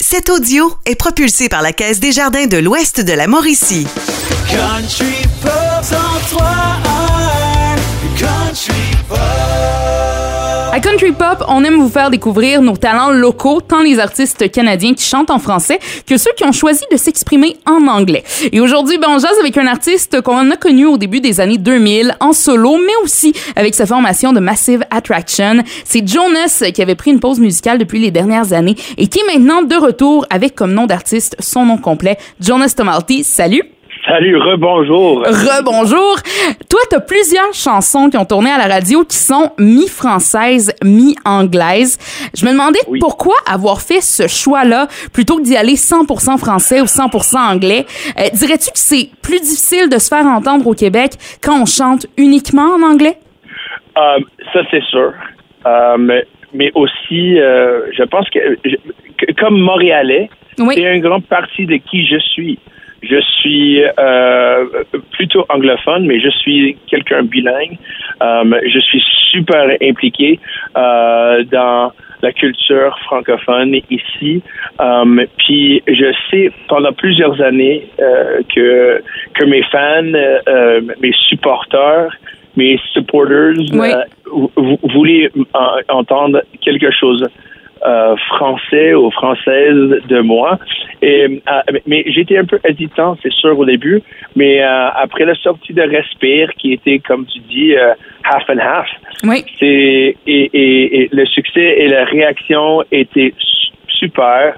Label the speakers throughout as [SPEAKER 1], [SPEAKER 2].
[SPEAKER 1] Cet audio est propulsé par la Caisse des Jardins de l'Ouest de la Mauricie.
[SPEAKER 2] Country Pop 103.1 Country Pop.
[SPEAKER 3] À Country Pop, on aime vous faire découvrir nos talents locaux, tant les artistes canadiens qui chantent en français que ceux qui ont choisi de s'exprimer en anglais. Et aujourd'hui, on jase avec un artiste qu'on a connu au début des années 2000 en solo, mais aussi avec sa formation de Massive Attraction. C'est Jonas qui avait pris une pause musicale depuis les dernières années et qui est maintenant de retour avec comme nom d'artiste son nom complet, Jonas Tomalty. Salut!
[SPEAKER 4] Salut, rebonjour.
[SPEAKER 3] Rebonjour. Toi, t'as plusieurs chansons qui ont tourné à la radio qui sont mi-françaises, mi-anglaises. Je me demandais pourquoi avoir fait ce choix-là plutôt que d'y aller 100% français ou 100% anglais. Dirais-tu que c'est plus difficile de se faire entendre au Québec quand on chante uniquement en anglais?
[SPEAKER 4] Ça, c'est sûr. Mais aussi, je pense que comme Montréalais, c'est une grande partie de qui je suis. Je suis plutôt anglophone, mais je suis quelqu'un bilingue. Je suis super impliqué dans la culture francophone ici. Puis je sais pendant plusieurs années que mes fans, mes supporters, mes supporters voulaient entendre quelque chose français ou française de moi. Mais j'étais un peu hésitant, c'est sûr, au début, mais après la sortie de Respire, qui était, comme tu dis, half and half, et le succès et la réaction étaient super.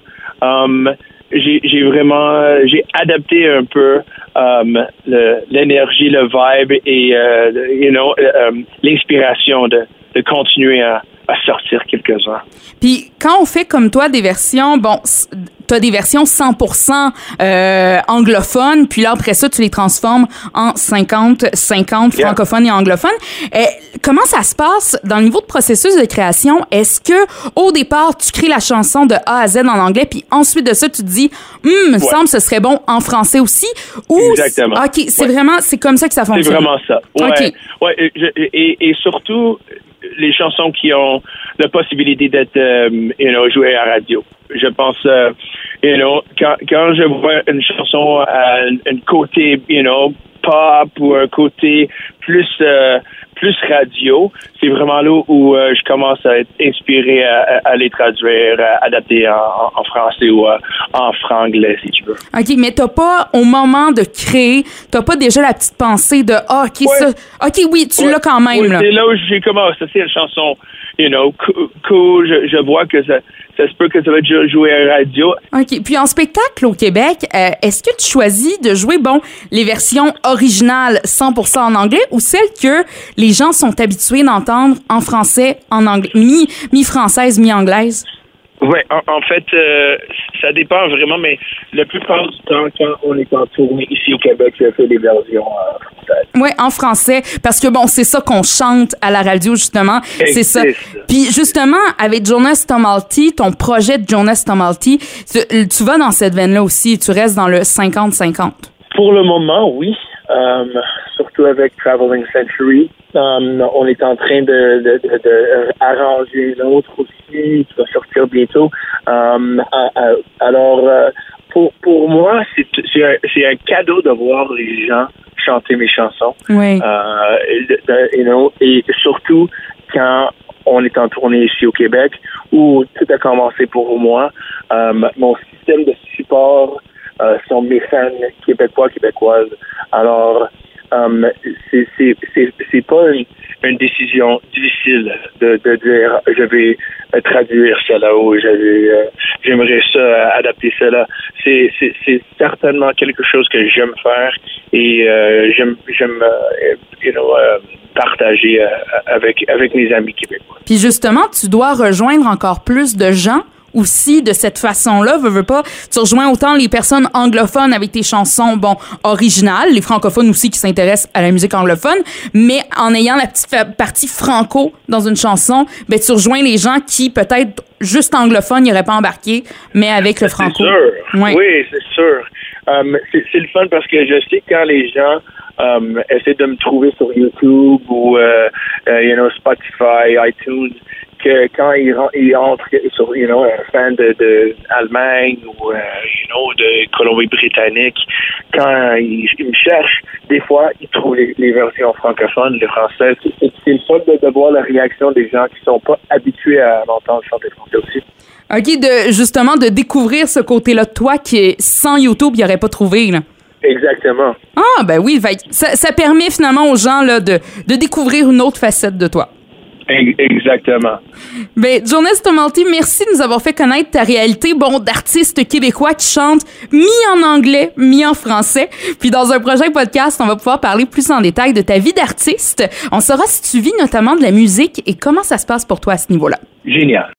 [SPEAKER 4] J'ai adapté un peu l'énergie, le vibe et l'inspiration de continuer à sortir quelques-uns.
[SPEAKER 3] Puis quand on fait comme toi des versions, t'as des versions 100% anglophones, puis là après ça tu les transformes en 50-50 francophones et anglophones. Comment ça se passe dans le niveau de processus de création? Est-ce que au départ tu crées la chanson de A à Z en anglais, puis ensuite de ça tu te dis me semble ce serait bon en français aussi? Ou
[SPEAKER 4] exactement.
[SPEAKER 3] Ok, c'est comme ça que ça fonctionne.
[SPEAKER 4] C'est vraiment ça. Ouais.
[SPEAKER 3] Okay.
[SPEAKER 4] Ouais. Et surtout les chansons qui ont la possibilité d'être jouées à la radio. Je pense quand je vois une chanson à un côté pop ou un côté plus radio, c'est vraiment là où je commence à être inspiré à les traduire, adapter en français ou en franglais, si tu veux.
[SPEAKER 3] OK, mais t'as pas, au moment de créer, t'as pas déjà la petite pensée de tu l'as quand même.
[SPEAKER 4] Oui,
[SPEAKER 3] là.
[SPEAKER 4] C'est là où j'ai commencé. C'est une chanson, cool. Je vois que ça se peut que ça va être joué à la radio.
[SPEAKER 3] OK. Puis en spectacle au Québec, est-ce que tu choisis de jouer, les versions originales 100% en anglais ou celles que les gens sont habitués d'entendre en français, en anglais, mi-française, mi-anglaise?
[SPEAKER 4] Oui, en fait, ça dépend vraiment, mais la plupart du temps, quand on est en tournée ici au Québec, je fais des versions françaises.
[SPEAKER 3] Oui, en français, parce que c'est ça qu'on chante à la radio, justement. C'est ça. Puis justement, avec Jonas Tomalty, ton projet de Jonas Tomalty, tu vas dans cette veine-là aussi, tu restes dans le 50-50.
[SPEAKER 4] Pour le moment, oui. Surtout avec Traveling Century. On est en train de arranger l'autre aussi, qui va sortir bientôt. Alors, pour moi, c'est un cadeau de voir les gens chanter mes chansons.
[SPEAKER 3] Oui.
[SPEAKER 4] Et surtout quand on est en tournée ici au Québec, où tout a commencé pour moi. Mon système de support sont mes fans québécoises. Alors, c'est pas une décision difficile de dire je vais traduire cela ou j'aimerais ça adapter cela. C'est certainement quelque chose que j'aime faire et j'aime partager avec mes amis québécois.
[SPEAKER 3] Puis justement, tu dois rejoindre encore plus de gens aussi de cette façon-là, veux pas, tu rejoins autant les personnes anglophones avec tes chansons, originales, les francophones aussi qui s'intéressent à la musique anglophone, mais en ayant la petite partie franco dans une chanson, tu rejoins les gens qui, peut-être, juste anglophones, n'iraient pas embarqué, mais avec le franco.
[SPEAKER 4] C'est sûr.
[SPEAKER 3] Ouais.
[SPEAKER 4] Oui, c'est sûr. C'est le fun parce que je sais que quand les gens essaient de me trouver sur YouTube ou, Spotify, iTunes, que quand il entre sur, un fan de Allemagne ou, de Colombie-Britannique, quand il me cherche, des fois, il trouve les versions francophones, les françaises. C'est le fun de voir la réaction des gens qui sont pas habitués à m'entendre chanter français aussi.
[SPEAKER 3] OK, justement, de découvrir ce côté-là de toi qui, sans YouTube, il n'y aurait pas trouvé, là.
[SPEAKER 4] Exactement.
[SPEAKER 3] Ah, ben oui, ça permet finalement aux gens là, de découvrir une autre facette de toi.
[SPEAKER 4] Exactement.
[SPEAKER 3] Ben, Jonas Tomalti, merci de nous avoir fait connaître ta réalité, d'artiste québécois qui chante mi en anglais, mi en français. Puis dans un prochain podcast, on va pouvoir parler plus en détail de ta vie d'artiste. On saura si tu vis notamment de la musique et comment ça se passe pour toi à ce niveau-là.
[SPEAKER 4] Génial.